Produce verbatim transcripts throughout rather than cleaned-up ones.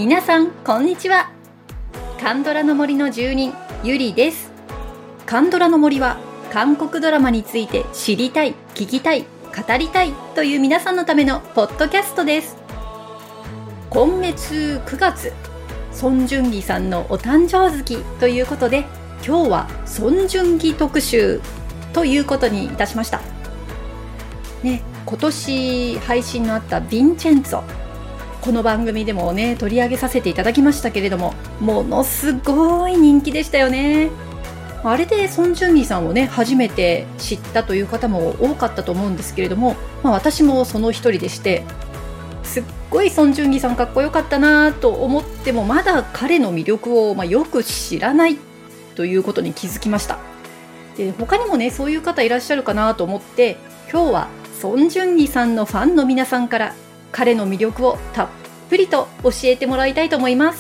皆さんこんにちは。カンドラの森の住人ゆりです。カンドラの森は韓国ドラマについて知りたい、聞きたい、語りたいという皆さんのためのポッドキャストです。今月くがつ、ソン・ジュンギさんのお誕生月ということで、今日はソン・ジュンギ特集ということにいたしました。ね、今年配信のあったヴィンチェンツォ、この番組でもね取り上げさせていただきましたけれども、ものすごい人気でしたよね。あれでソン・ジュンギさんをね初めて知ったという方も多かったと思うんですけれども、まあ、私もその一人でして、すっごいソン・ジュンギさんかっこよかったなと思っても、まだ彼の魅力をまあよく知らないということに気づきました。で、他にもねそういう方いらっしゃるかなと思って、今日はソン・ジュンギさんのファンの皆さんから彼の魅力をたっぷりと教えてもらいたいと思います。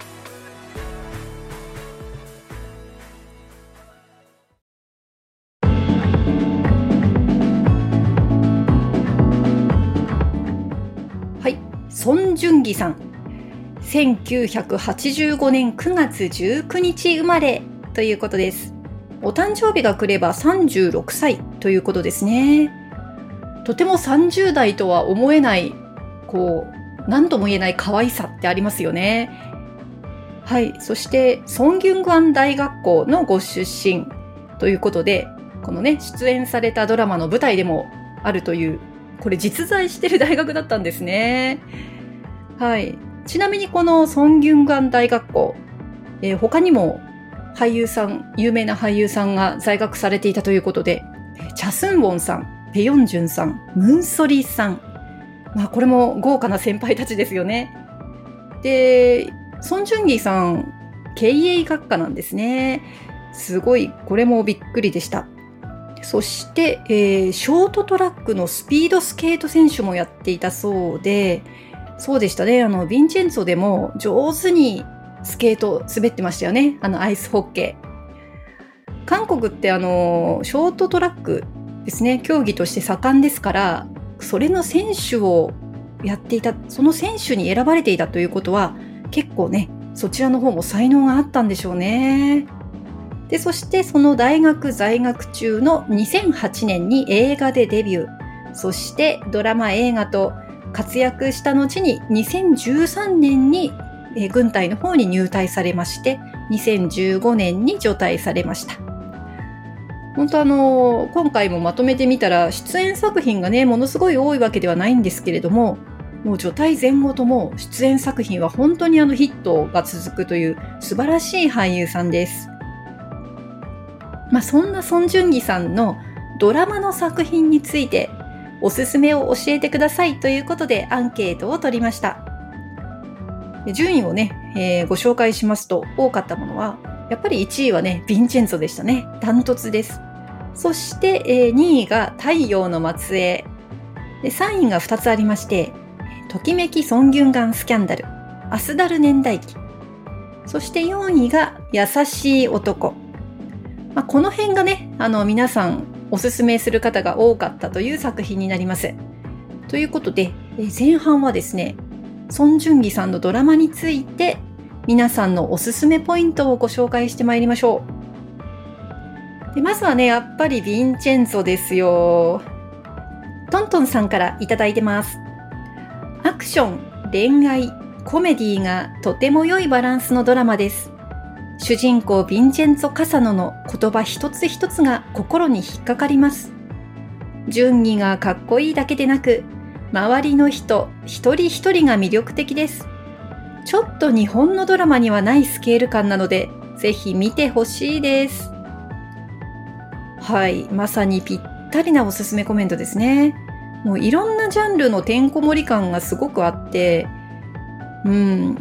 はい、ソン・ジュンギさん、せんきゅうひゃくはちじゅうごねんくがつじゅうくにち生まれということです。お誕生日が来ればさんじゅうろくさいということですね。とてもさんじゅうだいとは思えない、こう何とも言えない可愛さってありますよね。はい、そしてソンギュングアン大学校のご出身ということで、このね出演されたドラマの舞台でもあるという、これ実在してる大学だったんですね。はい、ちなみにこのソンギュングアン大学校、えー、他にも俳優さん、有名な俳優さんが在学されていたということで、チャスンウォンさん、ペヨンジュンさん、ムンソリさん、まあ、これも豪華な先輩たちですよね。で、ソン・ジュンギさん、経営学科なんですね。すごい、これもびっくりでした。そして、えー、ショートトラックのスピードスケート選手もやっていたそうで、そうでしたね、あのヴィンチェンツォでも上手にスケート滑ってましたよね。あのアイスホッケー。韓国ってあのショートトラックですね、競技として盛んですから、それの選手をやっていた、その選手に選ばれていたということは、結構ねそちらの方も才能があったんでしょうね。で、そしてその大学在学中のにせんはちねんに映画でデビュー、そしてドラマ映画と活躍した後ににせんじゅうさんねんに軍隊の方に入隊されまして、にせんじゅうごねんに除隊されました。本当あの今回もまとめてみたら、出演作品がねものすごい多いわけではないんですけれども、もう除隊前後とも出演作品は本当にあのヒットが続くという素晴らしい俳優さんです。まあ、そんなソン・ジュンギさんのドラマの作品についておすすめを教えてくださいということでアンケートを取りました。順位をね、えー、ご紹介しますと、多かったものはやっぱりいちいはねヴィンチェンツォでしたね。ダントツです。そして、えー、にいが太陽の末裔で、さんいがふたつありまして、ときめきソンギュンガンスキャンダル、アスダル年代記、そしてよんいが優しい男。まあ、この辺がねあの皆さんおすすめする方が多かったという作品になります。ということで、え前半はですねソン・ジュンギさんのドラマについて皆さんのおすすめポイントをご紹介してまいりましょう。で、まずはねやっぱりヴィンチェンツォですよ。トントンさんからいただいてます。アクション、恋愛、コメディがとても良いバランスのドラマです。主人公ヴィンチェンツォ・カサノの言葉一つ一つが心に引っかかります。ジュンギがかっこいいだけでなく、周りの人一人一人が魅力的です。ちょっと日本のドラマにはないスケール感なので、ぜひ見てほしいです。はい、まさにぴったりなおすすめコメントですね。もういろんなジャンルのてんこ盛り感がすごくあって、うん、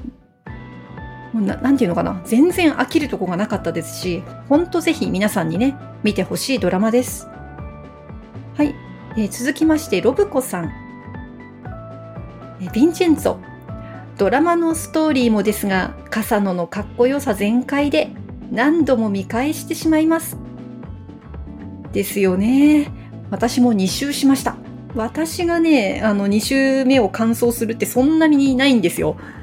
な, なんていうのかな、全然飽きるとこがなかったですし、ほんとぜひ皆さんにね見てほしいドラマです。はい、えー、続きましてロブコさん。えヴィンチェンツォ、ドラマのストーリーもですが、カサノのかっこよさ全開で何度も見返してしまいます。ですよね。私もに周しました。私がねあのに周目を完走するってそんなにないんですよ。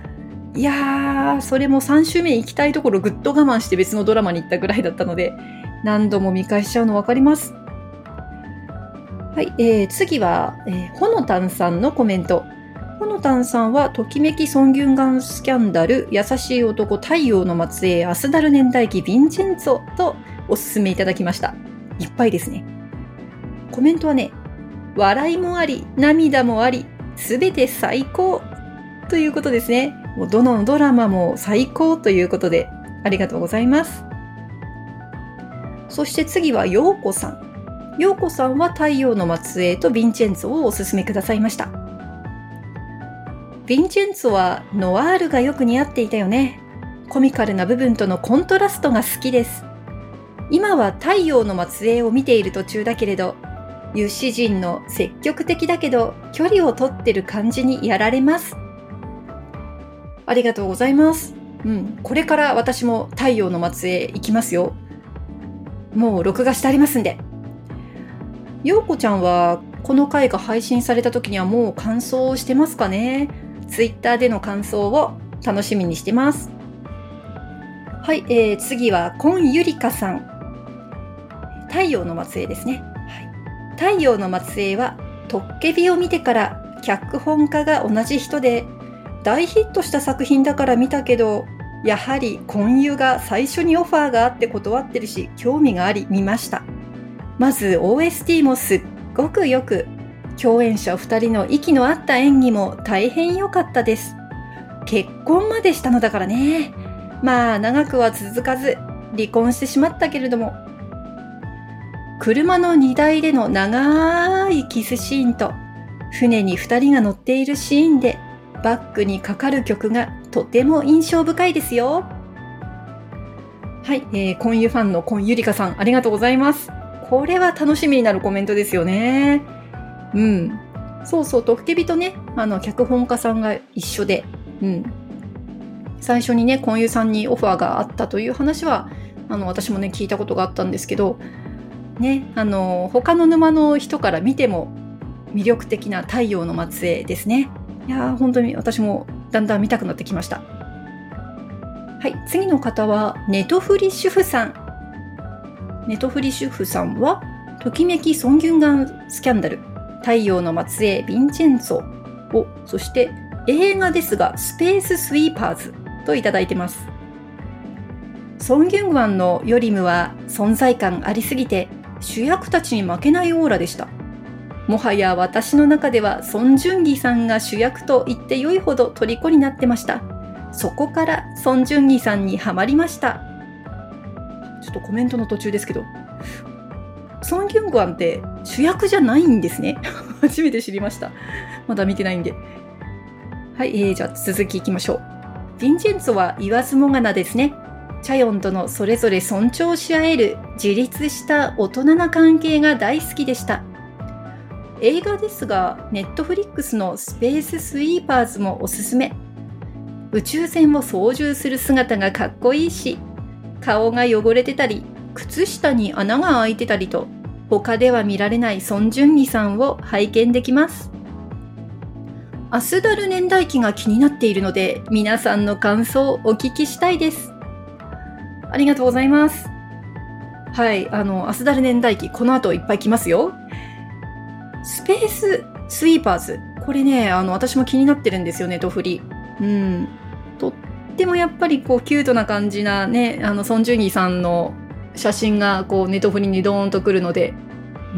いやー、それもさん週目行きたいところぐっと我慢して別のドラマに行ったぐらいだったので、何度も見返しちゃうの分かります。はい、えー、次は、えー、ほのたんさんのコメント。ほのたんさんは、ときめきソン・ギュンガンスキャンダル、優しい男、太陽の末裔、アスダル年代記、ヴィンチェンツォとおすすめいただきました。いっぱいですね。コメントはね、笑いもあり、涙もあり、すべて最高ということですね。もうどのドラマも最高ということで、ありがとうございます。そして次はようこさん。ようこさんは太陽の末裔とヴィンチェンツォをおすすめくださいました。ヴィンチェンツォはノワールがよく似合っていたよね。コミカルな部分とのコントラストが好きです。今は太陽の末裔を見ている途中だけれど、ユシ人の積極的だけど距離を取ってる感じにやられます。ありがとうございます。うん、これから私も太陽の末裔行きますよ。もう録画してありますんで。ようこちゃんはこの回が配信された時にはもう感想をしてますかね。ツイッターでの感想を楽しみにしてます。はい、えー、次はコンユリカさん。太陽の末裔ですね。はい、太陽の末裔はトッケビを見てから脚本家が同じ人で、大ヒットした作品だから見たけど、やはりコンユが最初にオファーがあって断ってるし、興味があり見ました。まず オーエスティー もすっごくよく、共演者ふたりの息の合った演技も大変良かったです。結婚までしたのだからね。まあ長くは続かず離婚してしまったけれども、車の荷台での長いキスシーンと船にふたりが乗っているシーンでバックにかかる曲がとても印象深いですよ。はい、えー、コンユファンのコンユリカさん、ありがとうございます。これは楽しみになるコメントですよね。うん。そうそう、トフケビとね、あの、脚本家さんが一緒で、うん。最初にね、コンユさんにオファーがあったという話は、あの、私もね、聞いたことがあったんですけど、ね、あの、他の沼の人から見ても魅力的な太陽の末裔ですね。いやー、本当に私もだんだん見たくなってきました。はい、次の方は、ネトフリ主婦さん。ネトフリ主婦さんは、ときめきソン・ギュンガンスキャンダル、太陽の末裔ヴィンチェンツォを、そして映画ですがスペーススイーパーズといただいてます。ソン・ギュンガンのヨリムは存在感ありすぎて主役たちに負けないオーラでした。もはや私の中ではソン・ジュンギさんが主役と言って良いほど虜になってました。そこからソン・ジュンギさんにハマりました。ちょっとコメントの途中ですけど、ソン・ギュンガンって主役じゃないんですね。初めて知りました。まだ見てないんで。はい、えー、じゃあ続きいきましょう。ヴィンチェンツォは言わずもがなですね。チャヨンとのそれぞれ尊重し合える自立した大人な関係が大好きでした。映画ですが、ネットフリックスのスペーススイーパーズもおすすめ。宇宙船を操縦する姿がかっこいいし、顔が汚れてたり、靴下に穴が開いてたりと、他では見られないソン・ジュンギさんを拝見できます。アスダル年代記が気になっているので、皆さんの感想をお聞きしたいです。ありがとうございます。はい、あの、アスダル年代記、この後いっぱい来ますよ。スペーススイーパーズ。これね、あの、私も気になってるんですよね、ドフリ。うん。とってもやっぱりこう、キュートな感じなね、あの、ソン・ジュンギさんの写真がこう、ネトフリにドーンとくるので、うん。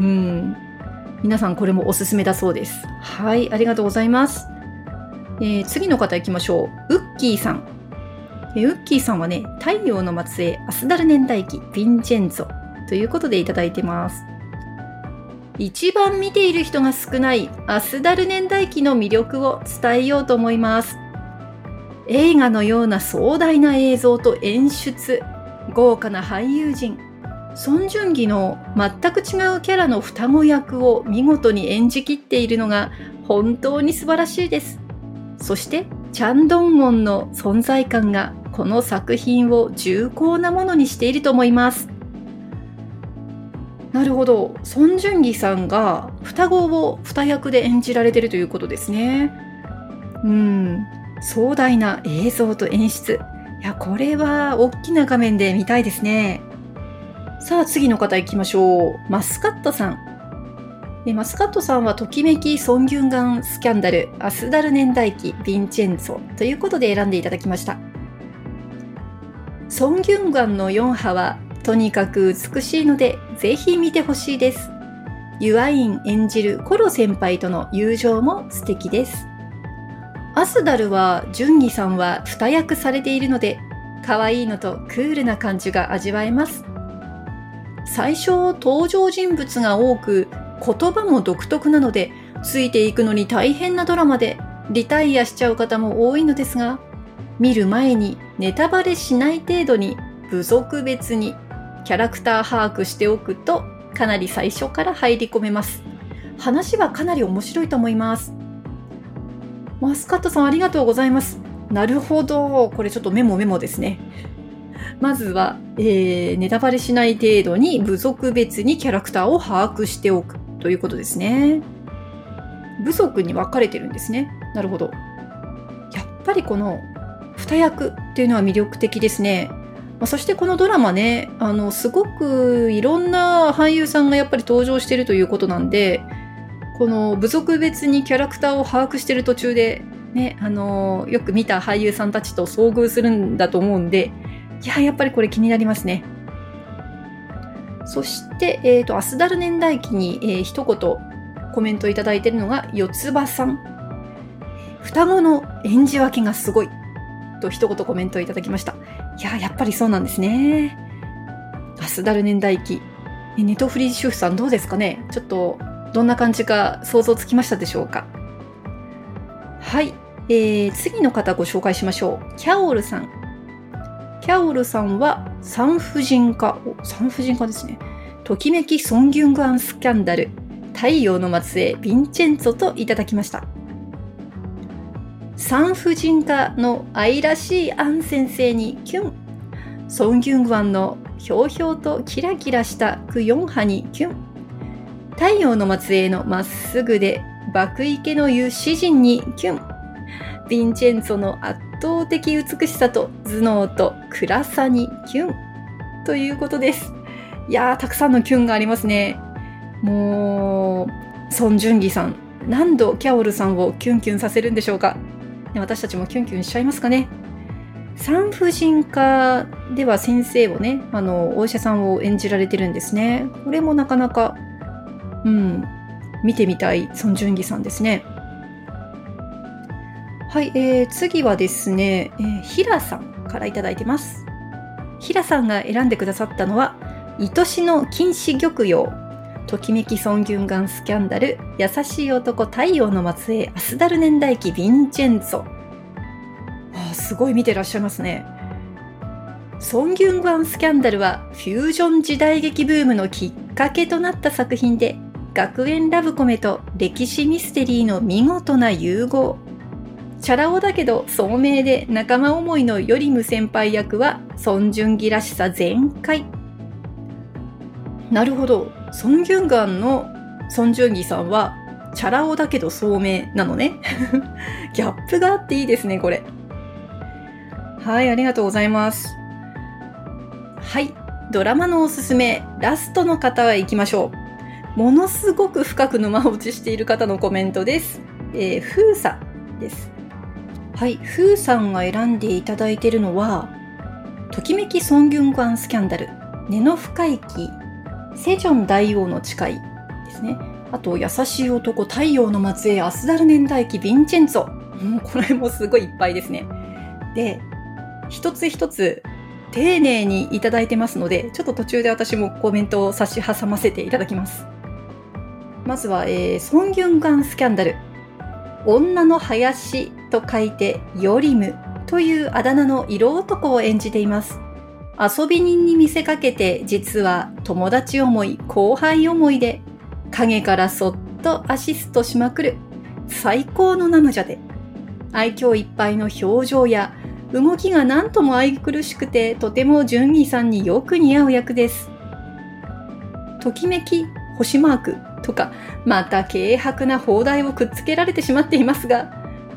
皆さんこれもおすすめだそうです。はい、ありがとうございます。えー、次の方行きましょう。ウッキーさん。えー、ウッキーさんはね、太陽の末裔、アスダル年代記、ヴィンチェンツォということでいただいてます。一番見ている人が少ないアスダル年代記の魅力を伝えようと思います。映画のような壮大な映像と演出、豪華な俳優陣、ソン・ジュンギの全く違うキャラの双子役を見事に演じきっているのが本当に素晴らしいです。そしてチャン・ドンウォンの存在感がこの作品を重厚なものにしていると思います。なるほど、ソン・ジュンギさんが双子を二役で演じられているということですね。うん、 壮大な映像と演出。いや、これは大きな画面で見たいですね。さあ、次の方行きましょう。マスカットさん。でマスカットさんは、ときめきソン・ギュンガンスキャンダル、アスダル年代記、ヴィンチェンツォということで選んでいただきました。ソン・ギュンガンのよん波は、とにかく美しいので、ぜひ見てほしいです。ユアイン演じるコロ先輩との友情も素敵です。アスダルは、ジュンギさんは二役されているので、可愛いのとクールな感じが味わえます。最初、登場人物が多く、言葉も独特なので、ついていくのに大変なドラマで、リタイアしちゃう方も多いのですが、見る前にネタバレしない程度に、部族別にキャラクター把握しておくと、かなり最初から入り込めます。話はかなり面白いと思います。マスカットさんありがとうございます。なるほど。これちょっとメモメモですね。まずは、えー、ネタバレしない程度に部族別にキャラクターを把握しておくということですね。部族に分かれてるんですね。なるほど。やっぱりこの二役っていうのは魅力的ですね。そしてこのドラマね、あの、すごくいろんな俳優さんがやっぱり登場しているということなんで、この部族別にキャラクターを把握している途中で、ね、あの、よく見た俳優さんたちと遭遇するんだと思うんで、いや、やっぱりこれ気になりますね。そして、えっと、アスダル年代記に、えー、一言コメントいただいているのが、四つ葉さん。双子の演じ分けがすごい。と一言コメントいただきました。いや、やっぱりそうなんですね。アスダル年代記。ネトフリ主婦さんどうですかね。ちょっと、どんな感じか想像つきましたでしょうか。はい。えー、次の方ご紹介しましょう。キャオルさん。キャオルさんは産婦人科、産婦人科ですね。ときめきソン・ギュンガンスキャンダル、太陽の末裔、ヴィンチェンツォといただきました。産婦人科の愛らしいアン先生にキュン。ソン・ギュンガンのひょうひょうとキラキラしたクヨンハにキュン。太陽の末裔のまっすぐで爆イケの言う詩人にキュン。ヴィンチェンツォの圧倒的美しさと頭脳と暗さにキュンということです。いやー、たくさんのキュンがありますね。もうソン・ジュンギさん、何度キャオルさんをキュンキュンさせるんでしょうか。私たちもキュンキュンしちゃいますかね。産婦人科では先生をね、あのお医者さんを演じられてるんですね。これもなかなか、うん、見てみたいソン・ジュンギさんですね。はい、えー、次はですね、えー、ヒラさんからいただいてます。ヒラさんが選んでくださったのは、愛しの禁止玉葉、ときめきソン・ギュンガンスキャンダル、優しい男太陽の末裔、アスダル年代記ヴィンチェンツォ。あ、すごい見てらっしゃいますね。ソン・ギュンガンスキャンダルはフュージョン時代劇ブームのきっかけとなった作品で、学園ラブコメと歴史ミステリーの見事な融合。チャラ男だけど聡明で仲間思いのヨリム先輩役はソン・ジュンギらしさ全開。なるほど。ソン・ギュンガンのソン・ジュンギさんはチャラ男だけど聡明なのね。ギャップがあっていいですね、これ。はい、ありがとうございます。はい、ドラマのおすすめ、ラストの方へ行きましょう。ものすごく深く沼落ちしている方のコメントです。えー、フーサです。はい、フーさんが選んでいただいているのは、ときめきソン・ギュンガンスキャンダル、根の深い木、セジョン大王の誓いですね。あと、優しい男、太陽の末裔、アスダル年代記、ヴィンチェンツォ。もうこれもすごいいっぱいですね。で、一つ一つ丁寧にいただいてますので、ちょっと途中で私もコメントを差し挟ませていただきます。まずは、えー、ソン・ギュンガンスキャンダル。女の林と書いてヨリムというあだ名の色男を演じています。遊び人に見せかけて実は友達思い、後輩思いで影からそっとアシストしまくる最高のナムジャで、愛嬌いっぱいの表情や動きが何とも愛くるしくてとてもジュンギさんによく似合う役です。ときめき星マークとかまた軽薄な放題をくっつけられてしまっていますが、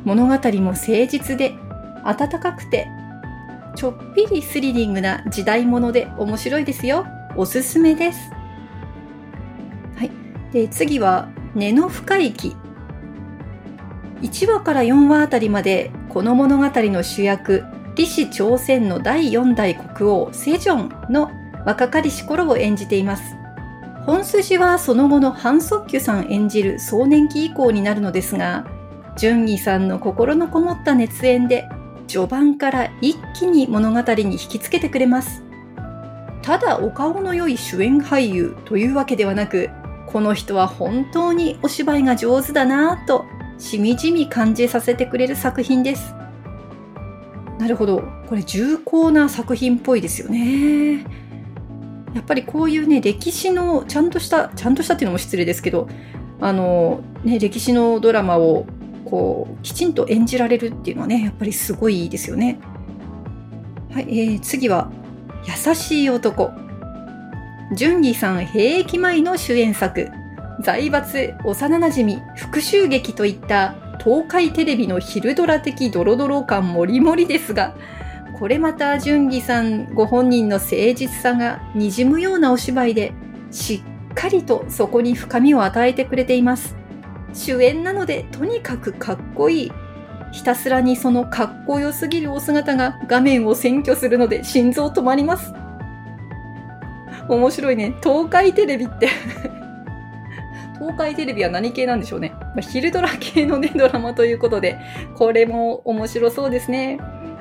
物語も誠実で温かくてちょっぴりスリリングな時代物で面白いですよ。おすすめです。はい。で、次は根の深い木。いちわからよんわあたりまでこの物語の主役、李氏朝鮮のだいよんだい国王セジョンの若かりし頃を演じています。本筋はその後のハン・ソッキュさん演じる壮年期以降になるのですが、純義さんの心のこもった熱演で序盤から一気に物語に引きつけてくれます。ただお顔の良い主演俳優というわけではなく、この人は本当にお芝居が上手だなぁとしみじみ感じさせてくれる作品です。なるほど、これ重厚な作品っぽいですよね。やっぱりこういうね、歴史のちゃんとしたちゃんとしたっていうのも失礼ですけど、あのね、歴史のドラマをこうきちんと演じられるっていうのはね、やっぱりすごいですよね。はい、えー、次は優しい男。純義さん兵役前の主演作、財閥、幼なじみ、復讐劇といった東海テレビの昼ドラ的ドロドロ感もりもりですが、これまた純義さんご本人の誠実さがにじむようなお芝居で、しっかりとそこに深みを与えてくれています。主演なのでとにかくかっこいい。ひたすらにそのかっこよすぎるお姿が画面を占拠するので心臓止まります。面白いね。東海テレビって東海テレビは何系なんでしょうね。まあ、昼ドラ系のね、ドラマということで、これも面白そうですね。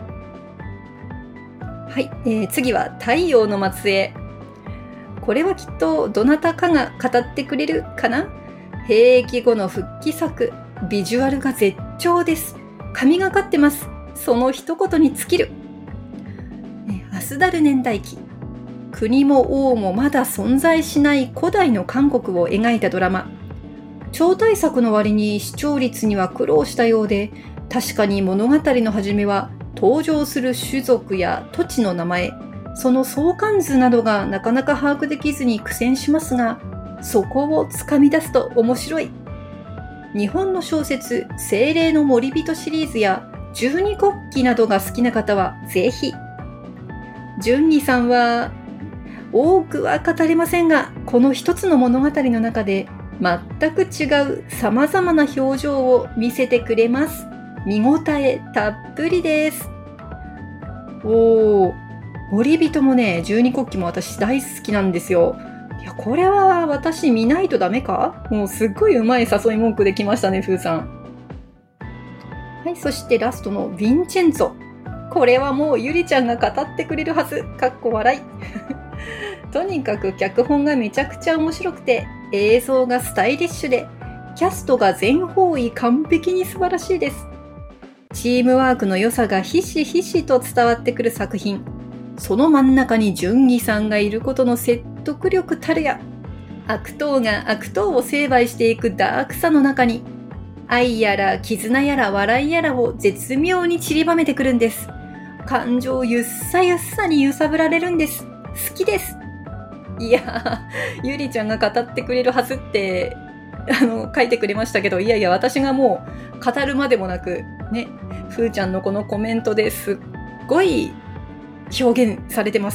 はい、えー、次は太陽の末裔。これはきっとどなたかが語ってくれるかな。兵役後の復帰作、ビジュアルが絶頂です。神がかってます。その一言に尽きる。アスダル年代記。国も王もまだ存在しない古代の韓国を描いたドラマ。超大作の割に視聴率には苦労したようで、確かに物語の初めは登場する種族や土地の名前、その相関図などがなかなか把握できずに苦戦しますが、そこをつかみ出すと面白い。日本の小説、精霊の森人シリーズや十二国旗などが好きな方はぜひ。純義さんは多くは語れませんが、この一つの物語の中で全く違う様々な表情を見せてくれます。見応えたっぷりです。おー、森人もね、十二国旗も私大好きなんですよ。いや、これは私見ないとダメか？もうすっごいうまい誘い文句できましたね、ふーさん。はい、そしてラストのヴィンチェンツォ。これはもうゆりちゃんが語ってくれるはず。かっこ笑い。とにかく脚本がめちゃくちゃ面白くて、映像がスタイリッシュで、キャストが全方位完璧に素晴らしいです。チームワークの良さがひしひしと伝わってくる作品。その真ん中に純義さんがいることの説得力たるや、悪党が悪党を成敗していくダークさの中に、愛やら絆やら笑いやらを絶妙に散りばめてくるんです。感情ゆっさゆっさに揺さぶられるんです。好きです。いやー、ゆりちゃんが語ってくれるはずってあの書いてくれましたけど、いやいや、私がもう語るまでもなくね、ふーちゃんのこのコメントですっごい表現されてます。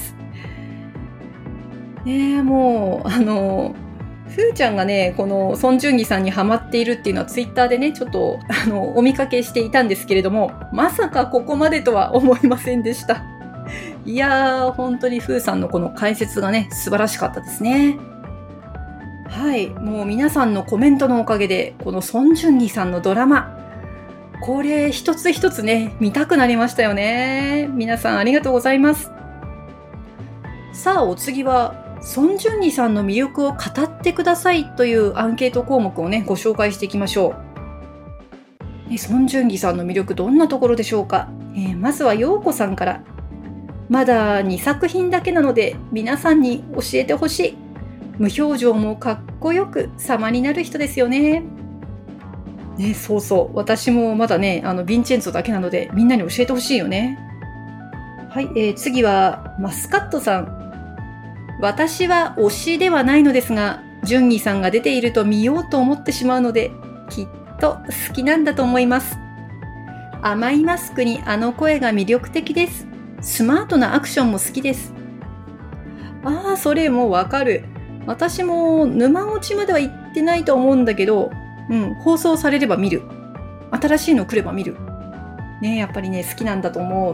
ねえ、もうあのふーちゃんがね、このソン・ジュンギさんにハマっているっていうのはツイッターでね、ちょっとあのお見かけしていたんですけれども、まさかここまでとは思いませんでした。いやー、本当にふーさんのこの解説がね、素晴らしかったですね。はい、もう皆さんのコメントのおかげで、このソン・ジュンギさんのドラマ、これ一つ一つね、見たくなりましたよね。皆さんありがとうございます。さあ、お次はソン・ジュンギさんの魅力を語ってくださいというアンケート項目をね、ご紹介していきましょう。ソン・ジュンギさんの魅力、どんなところでしょうか。えー、まずはようこさんから。まだにさく品だけなので皆さんに教えてほしい。無表情もかっこよく様になる人ですよね。ね、そうそう。私もまだね、あのヴィンチェンツォだけなのでみんなに教えてほしいよね。はい、えー、次はマスカットさん。私は推しではないのですが、純義さんが出ていると見ようと思ってしまうので、きっと好きなんだと思います。 甘いマスクにあの声が魅力的です。スマートなアクションも好きです。ああ、それもわかる。私も沼落ちまでは行ってないと思うんだけど、うん、放送されれば見る。新しいの来れば見る。ね、やっぱりね、好きなんだと思う。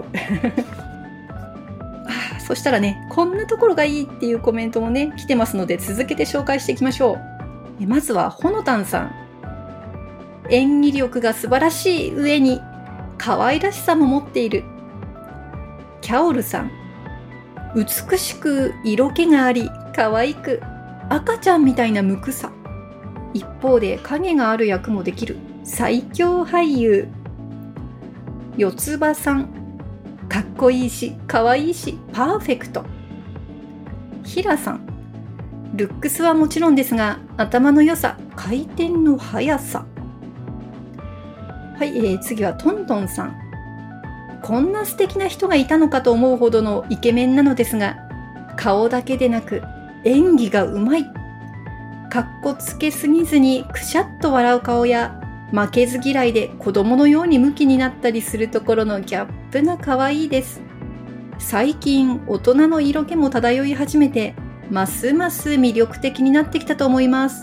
あ、そしたらね、こんなところがいいっていうコメントもね、来てますので、続けて紹介していきましょう。まずは、ほのたんさん。演技力が素晴らしい上に、可愛らしさも持っている。キャオルさん。美しく色気があり、可愛く、赤ちゃんみたいな無垢さ。一方で影がある役もできる最強俳優。四つ葉さん。かっこいいし、可愛いし、パーフェクト。ひらさん。ルックスはもちろんですが、頭の良さ、回転の速さ。はい、えー、次はトントンさん。こんな素敵な人がいたのかと思うほどのイケメンなのですが、顔だけでなく演技がうまい。かっこつけすぎずにくしゃっと笑う顔や、負けず嫌いで子供のようにムキになったりするところのギャップが可愛いです。最近大人の色気も漂い始めて、ますます魅力的になってきたと思います。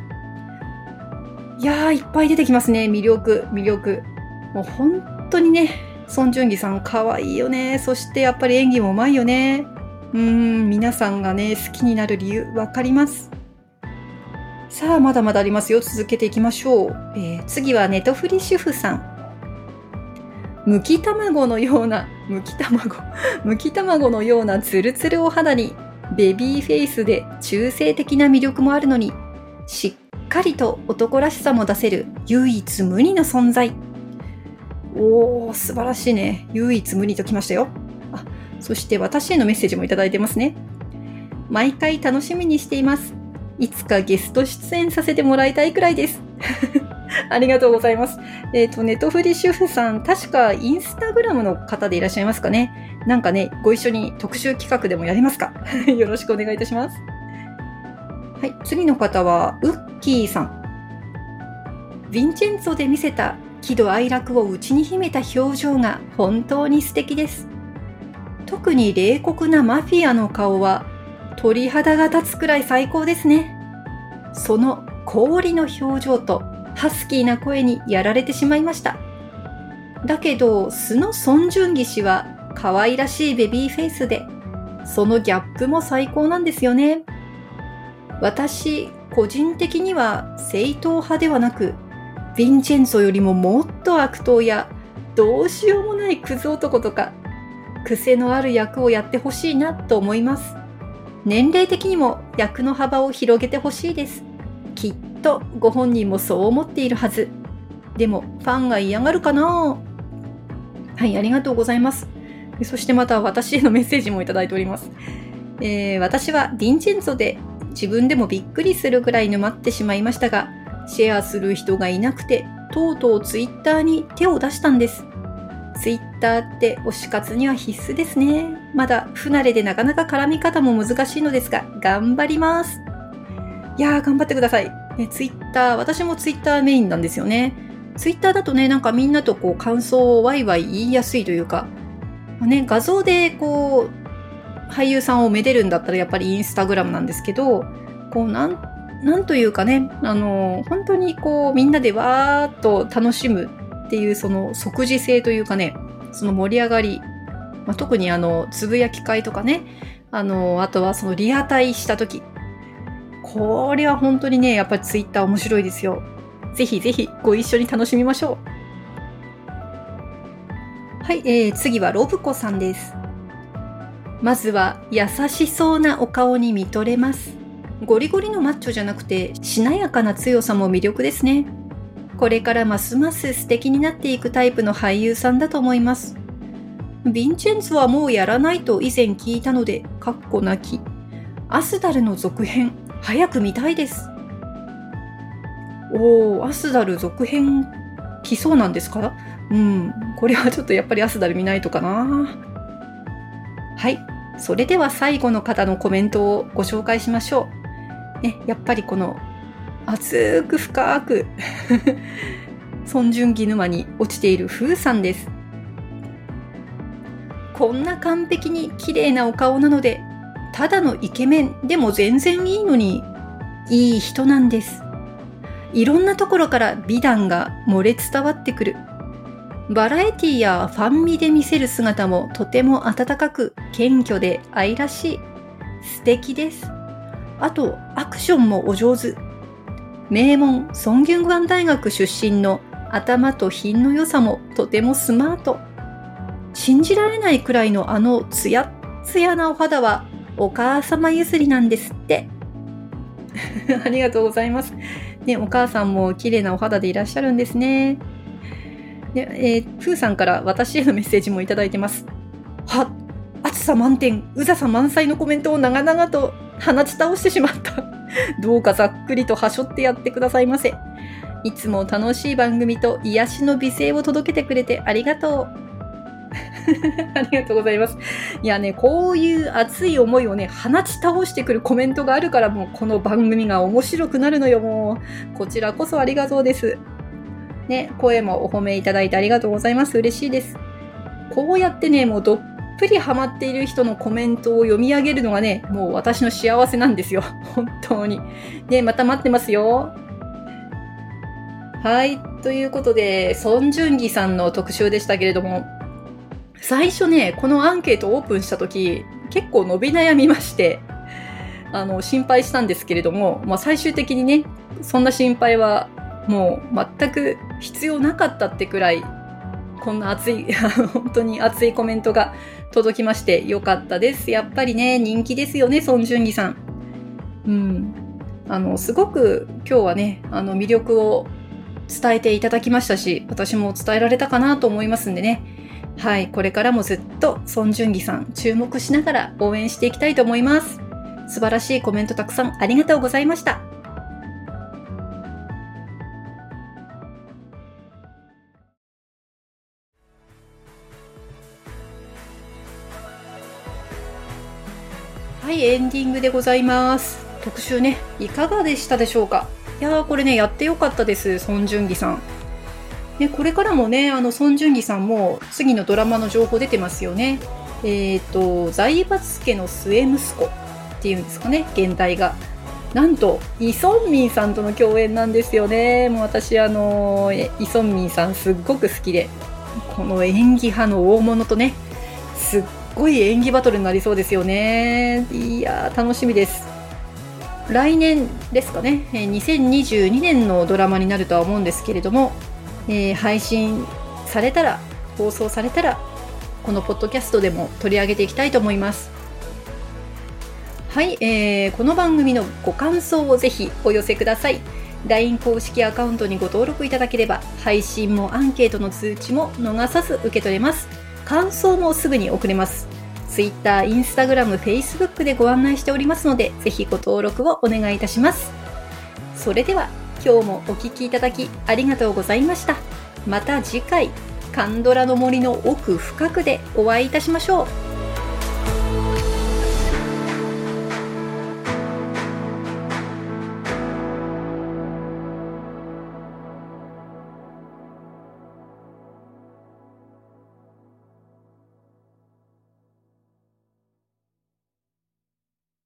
いやー、いっぱい出てきますね。魅力、魅力。もう本当にね、ソン・ジュンギさん可愛いよね。そしてやっぱり演技もうまいよね。うーん、皆さんがね、好きになる理由わかります。さあ、まだまだありますよ。続けていきましょう。えー、次はネトフリ主婦さん。むき卵のような、むき卵、むき卵のようなツルツルお肌に、ベビーフェイスで中性的な魅力もあるのに、しっかりと男らしさも出せる唯一無二の存在。おー、素晴らしいね。唯一無二ときましたよ。あ、そして私へのメッセージもいただいてますね。毎回楽しみにしています。いつかゲスト出演させてもらいたいくらいです。ありがとうございます。えっと、ネトフリ主婦さん、確かインスタグラムの方でいらっしゃいますかね。なんかね、ご一緒に特集企画でもやりますか。よろしくお願いいたします。はい、次の方は、ウッキーさん。ヴィンチェンツォで見せた喜怒哀楽を内に秘めた表情が本当に素敵です。特に冷酷なマフィアの顔は鳥肌が立つくらい最高ですね。その氷の表情とハスキーな声にやられてしまいました。だけど素のソン・ジュンギ氏は可愛らしいベビーフェイスで、そのギャップも最高なんですよね。私個人的には正統派ではなく、ヴィンチェンツォよりももっと悪党やどうしようもないクズ男とか癖のある役をやってほしいなと思います。年齢的にも役の幅を広げてほしいです。きっとご本人もそう思っているはず。でもファンが嫌がるかな。はい、ありがとうございます。そしてまた私へのメッセージもいただいております。えー、私はヴィンチェンツォで自分でもびっくりするくらい沼ってしまいましたが、シェアする人がいなくて、とうとうツイッターに手を出したんです。ツイッターって推し活には必須ですね。まだ不慣れでなかなか絡み方も難しいのですが、頑張ります。いやー、頑張ってください。ね、ツイッター、私もツイッターメインなんですよね。ツイッターだとね、なんかみんなとこう感想をワイワイ言いやすいというか、ね、画像でこう、俳優さんをめでるんだったらやっぱりインスタグラムなんですけど、こうなん、なんというかね、あの、本当にこうみんなでわーっと楽しむっていうその即時性というかね、その盛り上がり、まあ、特にあの、つぶやき会とかね、あの、あとはそのリアタイした時、これは本当にね、やっぱりツイッター面白いですよ。ぜひぜひご一緒に楽しみましょう。はい、えー、次はロブコさんです。まずは優しそうなお顔に見とれます。ゴリゴリのマッチョじゃなくてしなやかな強さも魅力ですね。これからますます素敵になっていくタイプの俳優さんだと思います。ヴィンチェンツはもうやらないと以前聞いたので、かっこなき。アスダルの続編、早く見たいです。おー、アスダル続編来そうなんですか？うん、これはちょっとやっぱりアスダル見ないとかな。はい、それでは最後の方のコメントをご紹介しましょう。ね、やっぱりこの熱く深くソン・ジュンギ沼に落ちているフーさんです。こんな完璧に綺麗なお顔なので、ただのイケメンでも全然いいのに、いい人なんです。いろんなところから美談が漏れ伝わってくる。バラエティやファンミで見せる姿もとても温かく謙虚で愛らしい。素敵です。あとアクションもお上手。名門ソンギュングワン大学出身の頭と品の良さもとてもスマート。信じられないくらいのあのツヤッツヤなお肌はお母様譲りなんですって。ありがとうございます。ね、お母さんも綺麗なお肌でいらっしゃるんですね。で、えー、プーさんから私へのメッセージもいただいてます。は、熱さ満点、うざさ満載のコメントを長々と放ち倒してしまった。どうかざっくりとはしょってやってくださいませ。いつも楽しい番組と癒しの美声を届けてくれてありがとう。ありがとうございます。いやね、こういう熱い思いをね、放ち倒してくるコメントがあるから、もうこの番組が面白くなるのよ。もうこちらこそありがとうです。ね、声もお褒めいただいてありがとうございます。嬉しいです。こうやってね、もうどっぷりハマっている人のコメントを読み上げるのがね、もう私の幸せなんですよ。本当に。ね、また待ってますよ。はい。ということで、ソン・ジュンギさんの特集でしたけれども、最初ね、このアンケートをオープンしたとき、結構伸び悩みまして、あの、心配したんですけれども、まあ最終的にね、そんな心配はもう全く必要なかったってくらい、こんな熱い、本当に熱いコメントが届きましてよかったです。やっぱりね、人気ですよね、ソン・ジュンギさん。うん。あの、すごく今日はね、あの、魅力を伝えていただきましたし、私も伝えられたかなと思いますんでね。はい、これからもずっとソン・ジュンギさん注目しながら応援していきたいと思います。素晴らしいコメントたくさんありがとうございました。はい、エンディングでございます。特集ね、いかがでしたでしょうか。いやー、これね、やってよかったです、ソン・ジュンギさん。ね、これからもね、あのソン・ジュンギさんも次のドラマの情報出てますよね。えっと、財閥家の末息子っていうんですかね、現代が。なんと、イ・ソンミンさんとの共演なんですよね。もう私、あの、イ・ソンミンさんすっごく好きで、この演技派の大物とね、すっごい演技バトルになりそうですよね。いやー、楽しみです。来年ですかね、にせんにじゅうにねんのドラマになるとは思うんですけれども、えー、配信されたら、放送されたら、このポッドキャストでも取り上げていきたいと思います。はい、えー、この番組のご感想をぜひお寄せください。ライン 公式アカウントにご登録いただければ、配信もアンケートの通知も逃さず受け取れます。感想もすぐに送れます。Twitter、Instagram、Facebook でご案内しておりますので、ぜひご登録をお願いいたします。それでは、今日もお聞きいただきありがとうございました。また次回、カンドラの森の奥深くでお会いいたしましょう。